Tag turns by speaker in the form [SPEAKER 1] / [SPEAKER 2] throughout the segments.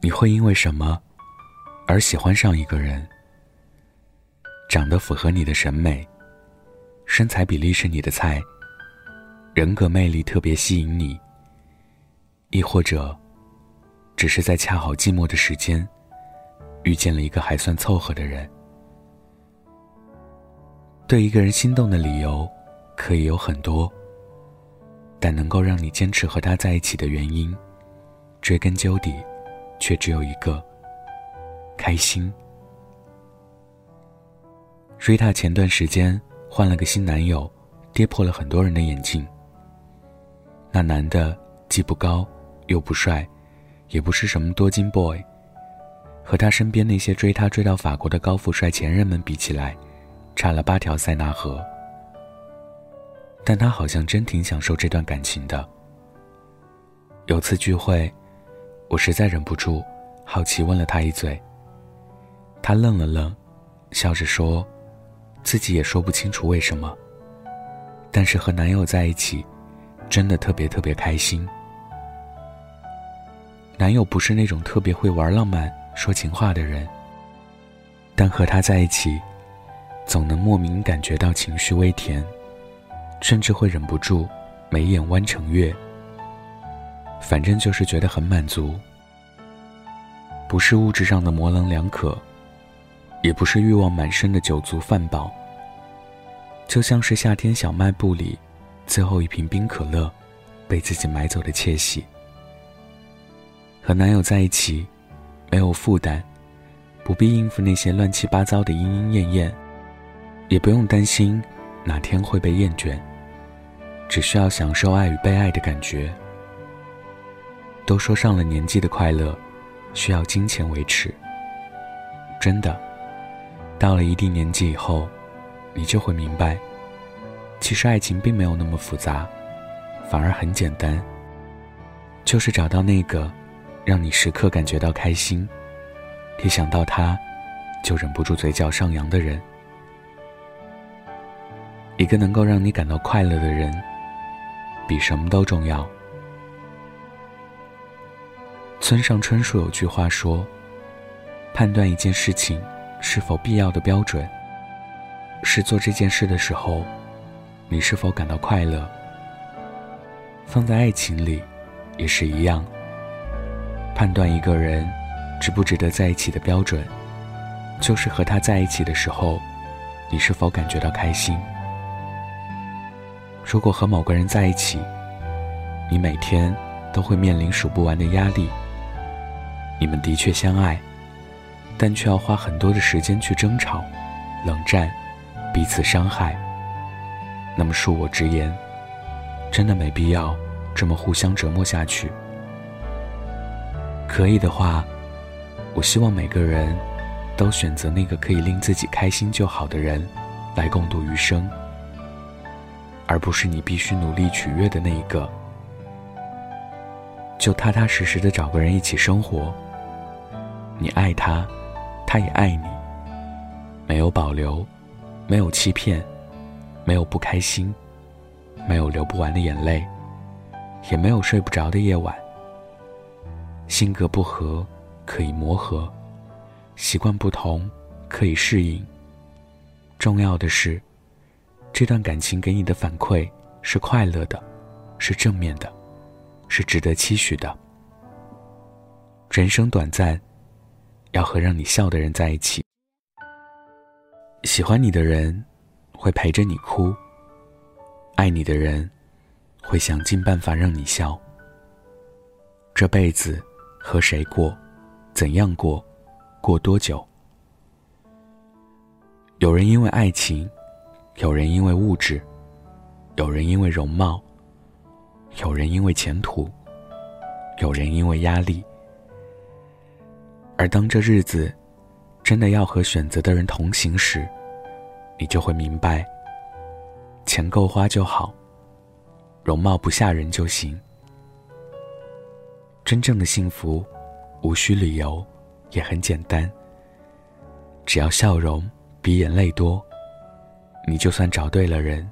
[SPEAKER 1] 你会因为什么而喜欢上一个人？长得符合你的审美，身材比例是你的菜，人格魅力特别吸引你，亦或者只是在恰好寂寞的时间遇见了一个还算凑合的人。对一个人心动的理由可以有很多，但能够让你坚持和他在一起的原因，追根究底却只有一个：开心。瑞塔前段时间换了个新男友，跌破了很多人的眼镜。那男的既不高又不帅，也不是什么多金 boy， 和他身边那些追他追到法国的高富帅前任们比起来，差了8条塞纳河。但他好像真挺享受这段感情的。有次聚会，我实在忍不住好奇问了他一嘴，他愣了愣，笑着说自己也说不清楚为什么，但是和男友在一起真的特别开心。男友不是那种特别会玩浪漫说情话的人，但和他在一起总能莫名感觉到情绪微甜，甚至会忍不住眉眼弯成月，反正就是觉得很满足。不是物质上的模棱两可，也不是欲望满身的酒足饭饱，就像是夏天小卖部里最后一瓶冰可乐被自己买走的窃喜。和男友在一起没有负担，不必应付那些乱七八糟的莺莺燕燕，也不用担心哪天会被厌倦，只需要享受爱与被爱的感觉。都说上了年纪的快乐需要金钱维持，真的，到了一定年纪以后，你就会明白，其实爱情并没有那么复杂，反而很简单，就是找到那个让你时刻感觉到开心，一想到他就忍不住嘴角上扬的人。一个能够让你感到快乐的人，比什么都重要。村上春树有句话说，判断一件事情是否必要的标准，是做这件事的时候，你是否感到快乐。放在爱情里也是一样，判断一个人值不值得在一起的标准，就是和他在一起的时候，你是否感觉到开心。如果和某个人在一起，你每天都会面临数不完的压力，你们的确相爱，但却要花很多的时间去争吵、冷战、彼此伤害，那么恕我直言，真的没必要这么互相折磨下去。可以的话，我希望每个人都选择那个可以令自己开心就好的人来共度余生，而不是你必须努力取悦的那一个。就踏踏实实的找个人一起生活，你爱他，他也爱你，没有保留，没有欺骗，没有不开心，没有流不完的眼泪，也没有睡不着的夜晚。性格不合可以磨合，习惯不同可以适应，重要的是这段感情给你的反馈是快乐的，是正面的，是值得期许的。人生短暂，要和让你笑的人在一起。喜欢你的人会陪着你哭，爱你的人会想尽办法让你笑。这辈子和谁过，怎样过，过多久？有人因为爱情，有人因为物质，有人因为容貌，有人因为前途，有人因为压力。而当这日子真的要和选择的人同行时，你就会明白，钱够花就好，容貌不吓人就行。真正的幸福无需理由，也很简单，只要笑容比眼泪多，你就算找对了人。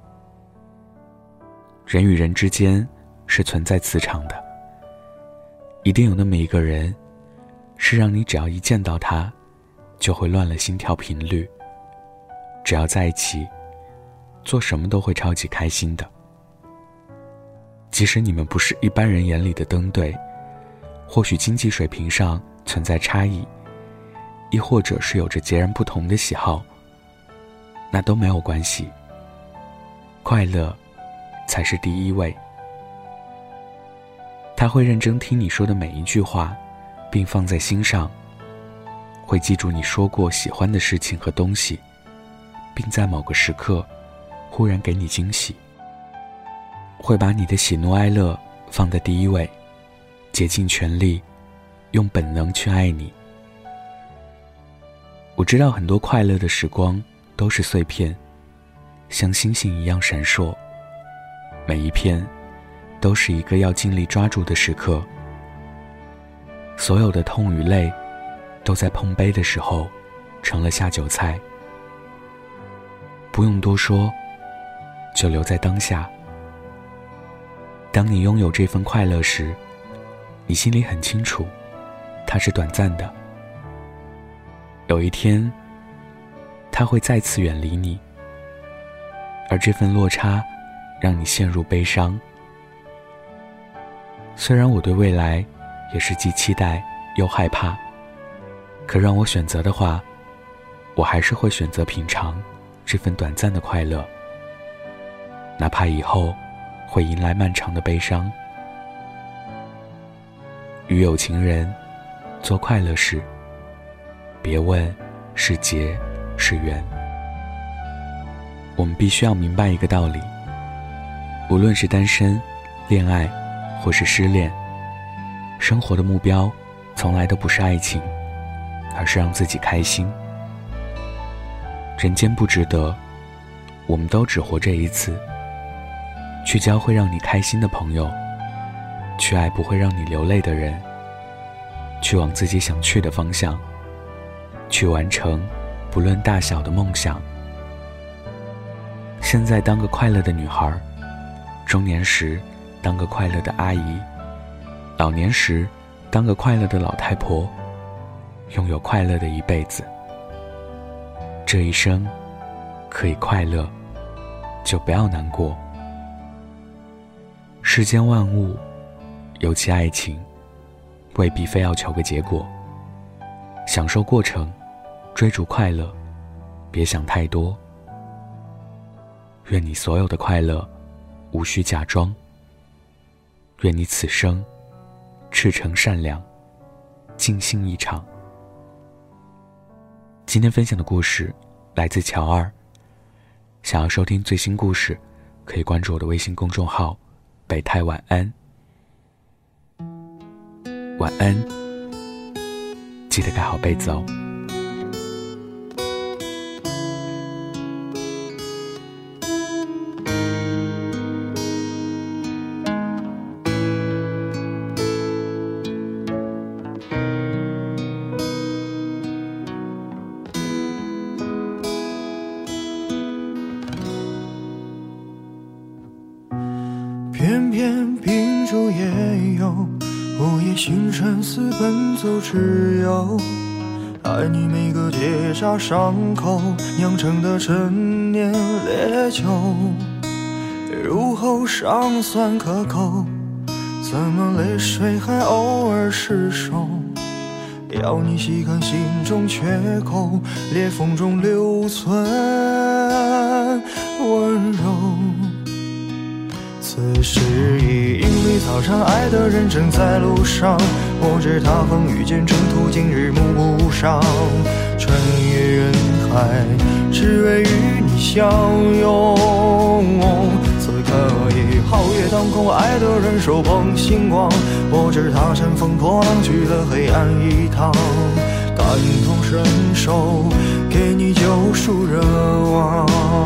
[SPEAKER 1] 人与人之间是存在磁场的，一定有那么一个人， 是让你只要一见到他就会乱了心跳频率，只要在一起做什么都会超级开心的。即使你们不是一般人眼里的登对，或许经济水平上存在差异，亦或者是有着截然不同的喜好，那都没有关系，快乐才是第一位。他会认真听你说的每一句话，并放在心上，会记住你说过喜欢的事情和东西，并在某个时刻忽然给你惊喜，会把你的喜怒哀乐放在第一位，竭尽全力用本能去爱你。我知道很多快乐的时光都是碎片，像星星一样闪烁，每一片都是一个要尽力抓住的时刻。所有的痛与泪都在碰杯的时候成了下酒菜，不用多说，就留在当下。当你拥有这份快乐时，你心里很清楚它是短暂的，有一天它会再次远离你，而这份落差让你陷入悲伤。虽然我对未来也是既期待又害怕，可让我选择的话，我还是会选择品尝这份短暂的快乐，哪怕以后会迎来漫长的悲伤。与有情人做快乐事，别问是劫是缘。我们必须要明白一个道理，无论是单身、恋爱或是失恋，生活的目标从来都不是爱情，而是让自己开心。人间不值得，我们都只活这一次，去交会让你开心的朋友，去爱不会让你流泪的人，去往自己想去的方向，去完成不论大小的梦想。现在当个快乐的女孩，中年时当个快乐的阿姨，老年时当个快乐的老太婆，拥有快乐的一辈子。这一生可以快乐，就不要难过。世间万物，尤其爱情，未必非要求个结果。享受过程，追逐快乐，别想太多。愿你所有的快乐无需假装，愿你此生赤诚善良，尽兴一场。今天分享的故事来自乔二。想要收听最新故事，可以关注我的微信公众号北太晚安。晚安，记得盖好被子哦。
[SPEAKER 2] 偏偏秉烛夜游，午夜星辰似奔走之友，爱你每个结痂伤口酿成的陈年烈酒，入喉尚算可口，怎么泪水还偶尔失手？要你细看心中缺口，裂缝中留存温柔。此时已莺飞草长，爱的人正在路上，我知他风雨兼程途，今日暮不赏，穿越人海，只为与你相拥。此刻已皓月当空，爱的人手捧星光，我知他乘风破浪去了黑暗一趟，感同身受，给你救赎热望。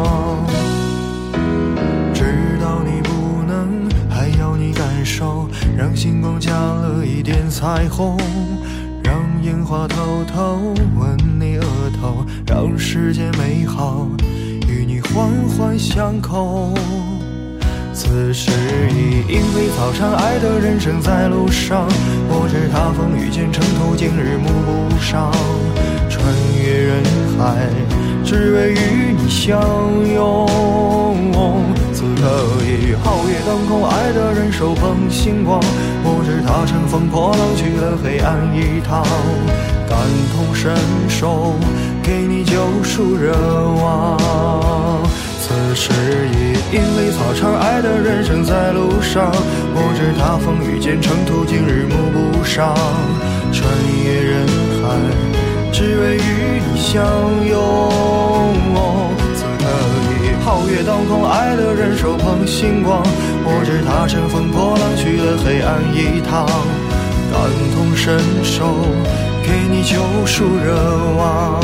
[SPEAKER 2] 直到你不能，还要你感受，让星光加了一点彩虹，让烟花偷偷吻你额头，让世界美好与你环环相扣。此时已莺飞草长，爱的人正在路上，我知他风雨兼程途，今今日目不赏。穿越人海，只为与你相拥。此刻已皓月当空，爱的人手捧星光。我知他乘风破浪去了黑暗一趟，感同身受，给你救赎热望。此时已莺飞草长，爱的人生在路上。我知他风雨兼程途，今日目不赏。穿越人海，只为与你相拥。此刻已皓月当空，爱的人手捧星光。我知他乘风破浪去了黑暗一趟，感同身受，给你救赎热望。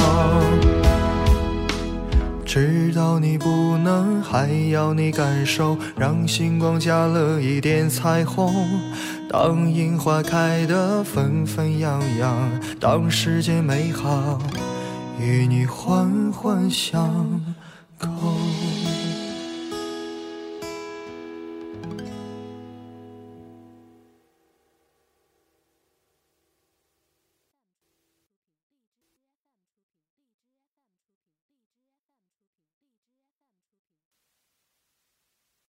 [SPEAKER 2] 知道你不能，还要你感受，让星光加了一点彩虹。当樱花开得纷纷扬扬，当世界美好与你环环相扣。